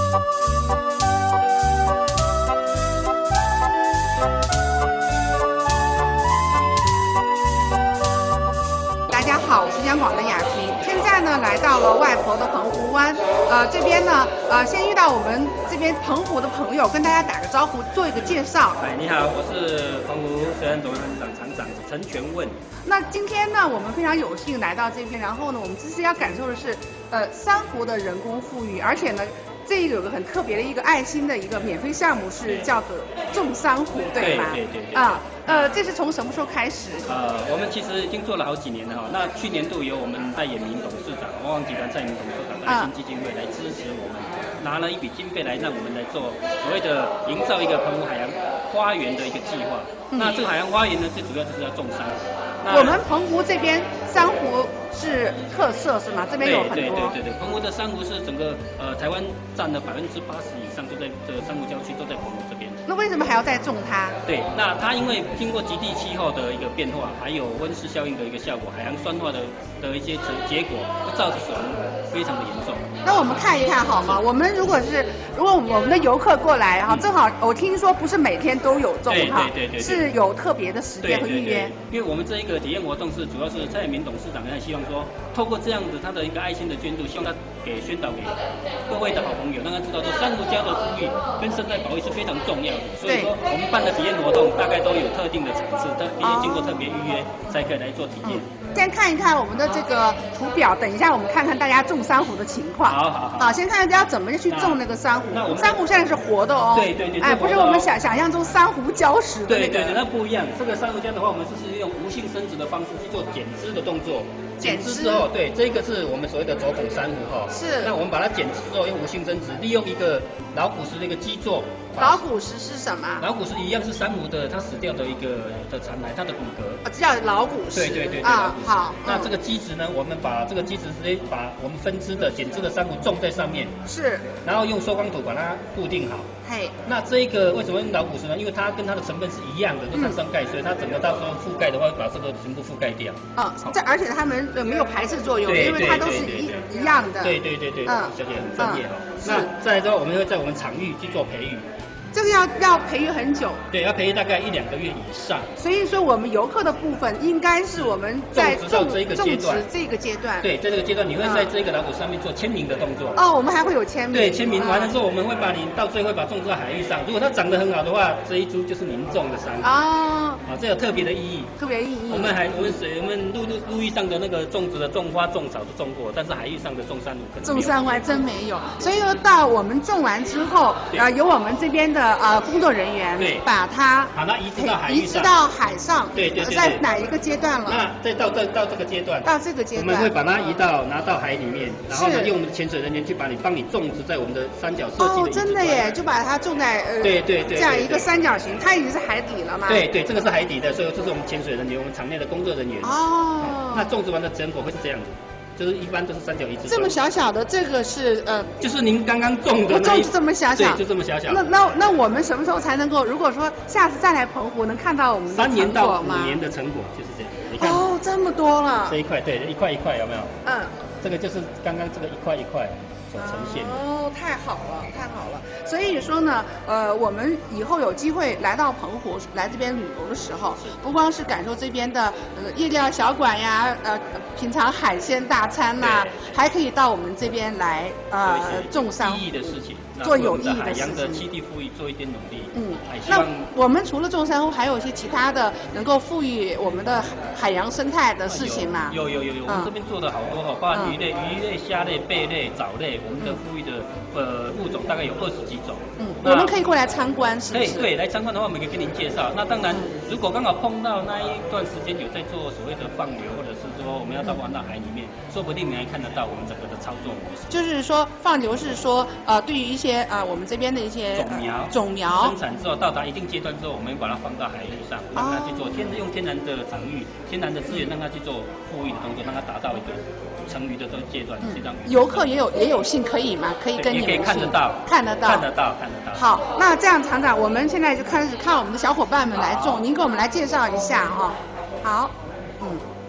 大家好，我是央广的雅萍，现在呢来到了外婆的澎湖湾，这边呢先遇到我们这边澎湖的朋友，跟大家打个招呼，做一个介绍。 哎，你好，我是澎湖水岸总会厂长陈全问。 那今天呢，我们非常有幸来到这边，然后呢，我们这次要感受的是珊瑚的人工复育，而且呢。这有个很特别的一个爱心的一个免费项目，是叫做种珊瑚，对吗？对。这是从什么时候开始？ 我们其实已经做了好几年了哈。那去年度由我们戴衍明董事长、汪集团蔡明董事长的爱心基金会来支持我们，拿了一笔经费来让我们来做所谓的营造一个澎湖海洋花园的一个计划。那这个海洋花园呢，最主要就是要种珊瑚。 我们澎湖这边珊瑚是特色是吗？这边有很多。 对，澎湖的珊瑚是整个台湾占了80%以上，都在这珊瑚郊区都在澎湖这边。 那为什么还要再种它？ 对，那它因为经过极地气候的一个变化，还有温室效应的一个效果，海洋酸化的一些结果，造成死亡非常的严重。 那我们看一看好吗？我们如果我们的游客过来哈，正好我听说不是每天都有种哈，对，是有特别的时间和预约。 因为我们这一个体验活动是主要是蔡衍明董事长也希望说，透过这样子他的一个爱心的捐助，希望他宣导给各位的好朋友，让他知道说珊瑚礁的富裕跟生态保育是非常重要的。所以说我们办的体验活动大概都有特定的场次，必须经过特别预约才可以来做体验。 先看一看我们的这个图表，等一下我们看看大家种珊瑚的情况。好，先看大家怎么去种那个珊瑚。珊瑚现在是活的哦。对，哎，不是我们想象中珊瑚礁石的那个。 对，那不一样。这个珊瑚礁的话，我们是用无性生殖的方式去做剪枝的动作。剪枝之后，对，这个是我们所谓的轴孔珊瑚哈。是。那我们把它剪枝之后，用无性生殖，利用一个老古石的一个基座。 老古石是什么？ 老古石一样是珊瑚的，它死掉的一个残骸，它的骨骼。 这叫老古石。 对，老古石。好。那这个基质呢，我们把这个基质直接把我们分支的剪枝的珊瑚种在上面。是。然后用收光土把它固定好。嘿。那这个为什么用老古石呢？因为它跟它的成分是一样的，都碳酸钙，所以它整个到时候覆盖的话，把这个全部覆盖掉。 而且它们没有排斥作用，因为它都是一样的。 对，小姐很专业哈。那再来之后，我们会在我们场域去做培育。 这个要培育很久， 对，要培育大概1-2个月以上。 所以说我们游客的部分应该是我们在种植这个阶段。 对，在这个阶段你会在这个老古上面做签名的动作。 我们还会有签名。 对，签名完了之后，我们会把你到最后把种在海域上。如果它长得很好的话，这一株就是您种的珊瑚。这有特别的意义。 特别意义。 我们陆域上的那个种植的种花种草都种过，但是海域上的种珊瑚可能种珊瑚还真没有。所以说到我们种完之后，由我们这边的工作人员把它移植到海域上， 移植到海上。 对， 在哪一个阶段了？ 那再到这个阶段。 到这个阶段， 我们会把它拿到海里面，然后呢用我们的潜水人员去帮你种植在我们的三角设计的。 真的耶，就把它种在对这样一个三角形，它已经是海底了嘛。 对，这个是海底的，所以这是我们潜水人员，我们场内的工作人员。那种植完的成果会是这样子。就是一般都是三角移植。这么小小的，这个是就是您刚刚种的。我种就这么小小。 对，就这么小小。 那我们什么时候才能够？如果说下次再来澎湖，能看到我们的成果吗？3 年到5年的成果就是这样。你看。 这么多了。 这一块，对，一块一块有没有？这个就是刚刚这个一块一块所呈现的。 太好了，太好了。所以说呢，我们以后有机会来到澎湖，来这边旅游的时候，不光是感受这边的夜钓小馆呀，品尝海鲜大餐呐，还可以到我们这边来种珊瑚。 有意义的事情， 做有意义的事情。 海洋的栖地富裕做一点努力。 那我们除了种珊瑚，还有一些其他的能够富裕我们的海洋生态的事情吗？ 有，我们这边做的好多包括鱼类、虾类、贝类、藻类，我们的富裕的物种大概有20几种。 我们可以过来参观，是不是？ 对，来参观的话，我们可以跟您介绍。那当然，如果刚好碰到那一段时间有在做所谓的放流，或者是说我们要玩到海里面，说不定你还看得到我们整个的操作模式。就是说放流是说对于一些我们这边的一些种苗生产之后到达一定阶段之后，我们把它放到海域上，让它去做用天然的场域、天然的资源，让它去做富裕的动作，让它达到一个成鱼的这个阶段。 游客也有幸可以吗？可以跟你们可以看得到。 好，那这样厂长，我们现在就开始看我们的小伙伴们来种，您给我们来介绍一下哈。好，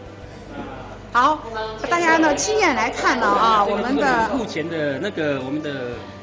好，大家呢亲眼来看了我们的目前的那个我们的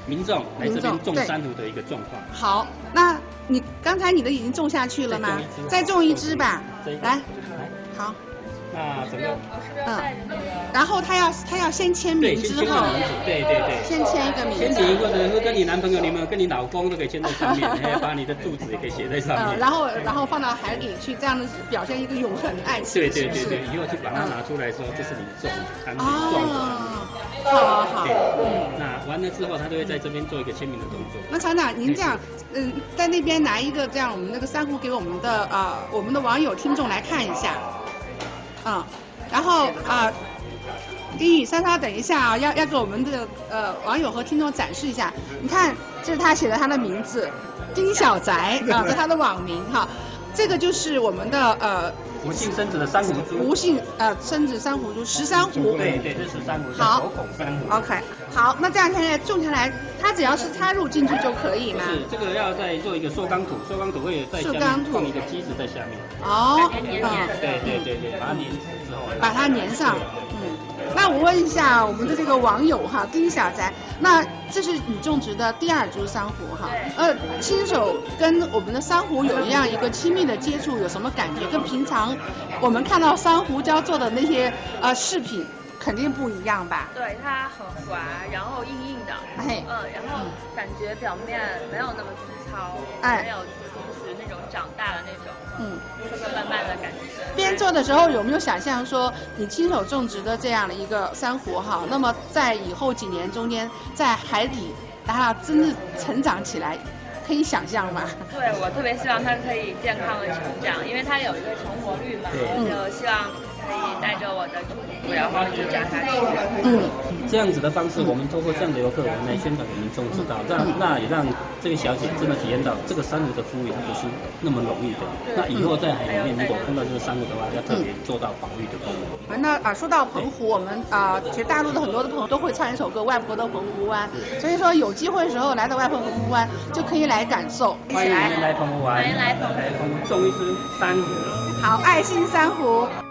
民众来这边种珊瑚的一个状况。 好，那你刚才你的已经种下去了吗？再种一支吧，来，好。 那整个然后他要先签名之后， 对， 先签一个名字， 签名或者是跟你男朋友、跟你老公都可以签在上面，还要把你的住址也可以写在上面。 然后放到海里去，这样的表现一个永恒的爱情。 对，以后去把它拿出来的时候，这是你种的，它是种的。 好。 那完了之后，他都会在这边做一个签名的动作。 那厂长，您这样，在那边拿一个这样我们那个珊瑚给我们的网友听众来看一下。然后丁宇稍稍等一下啊，要给我们的网友和听众展示一下。你看，这是他写的他的名字，丁小宅啊，这是他的网名哈。这个就是我们的无性生殖的珊瑚珠。 无性生殖珊瑚珠，石珊瑚。 对，这是珊瑚。 好， 口珊瑚。 OK， 好，那这样现在种下来，它只要是插入进去就可以吗？ 是，这个要再做一个塑钢土，塑钢土会在下面放一个基质在下面。 哦， 对，把它粘之后。 把它粘上。那我问一下我们的这个网友哈，丁小宅，那这是你种植的第2株珊瑚哈，亲手跟我们的珊瑚有一个亲密的接触，有什么感觉？跟平常我们看到珊瑚礁做的那些饰品肯定不一样吧？ 对，它很滑，然后硬硬的，然后感觉表面没有那么粗糙，没有就是那种长大的那种，磕磕绊绊的感觉。 边做的时候有没有想象说你亲手种植的这样的一个珊瑚哈，那么在以后几年中间在海底让它真正成长起来，可以想象吗？ 对，我特别希望它可以健康的成长，因为它有一个成活率嘛，就希望可以带着我的祝福，然后一直长下去。 这样子的方式，我们通过这样的游客，我们来宣传给民众知道，那也让这位小姐真的体验到这个珊瑚的服务它不是那么容易的。那以后在海里面如果碰到这个珊瑚的话，要特别做到保育的功能。 那说到澎湖，我们其实大陆的很多的朋友都会唱一首歌《外婆的澎湖湾》，所以说有机会的时候来到外婆澎湖湾就可以来感受。 欢迎来澎湖玩， 欢迎来澎湖种一只珊瑚。 好，爱心珊瑚。